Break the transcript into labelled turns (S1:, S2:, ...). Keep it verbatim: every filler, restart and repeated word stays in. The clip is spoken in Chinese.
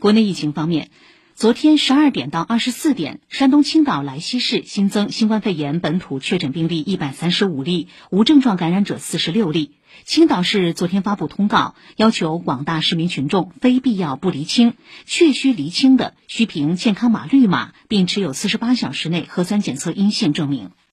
S1: 国内疫情方面，昨天十二点到二十四点，山东青岛莱西市新增新冠肺炎本土确诊病例一百三十五例，无症状感染者四十六例。青岛市昨天发布通告，要求广大市民群众非必要不离青，确需离青的需凭健康码绿码，并持有四十八小时内核酸检测阴性证明。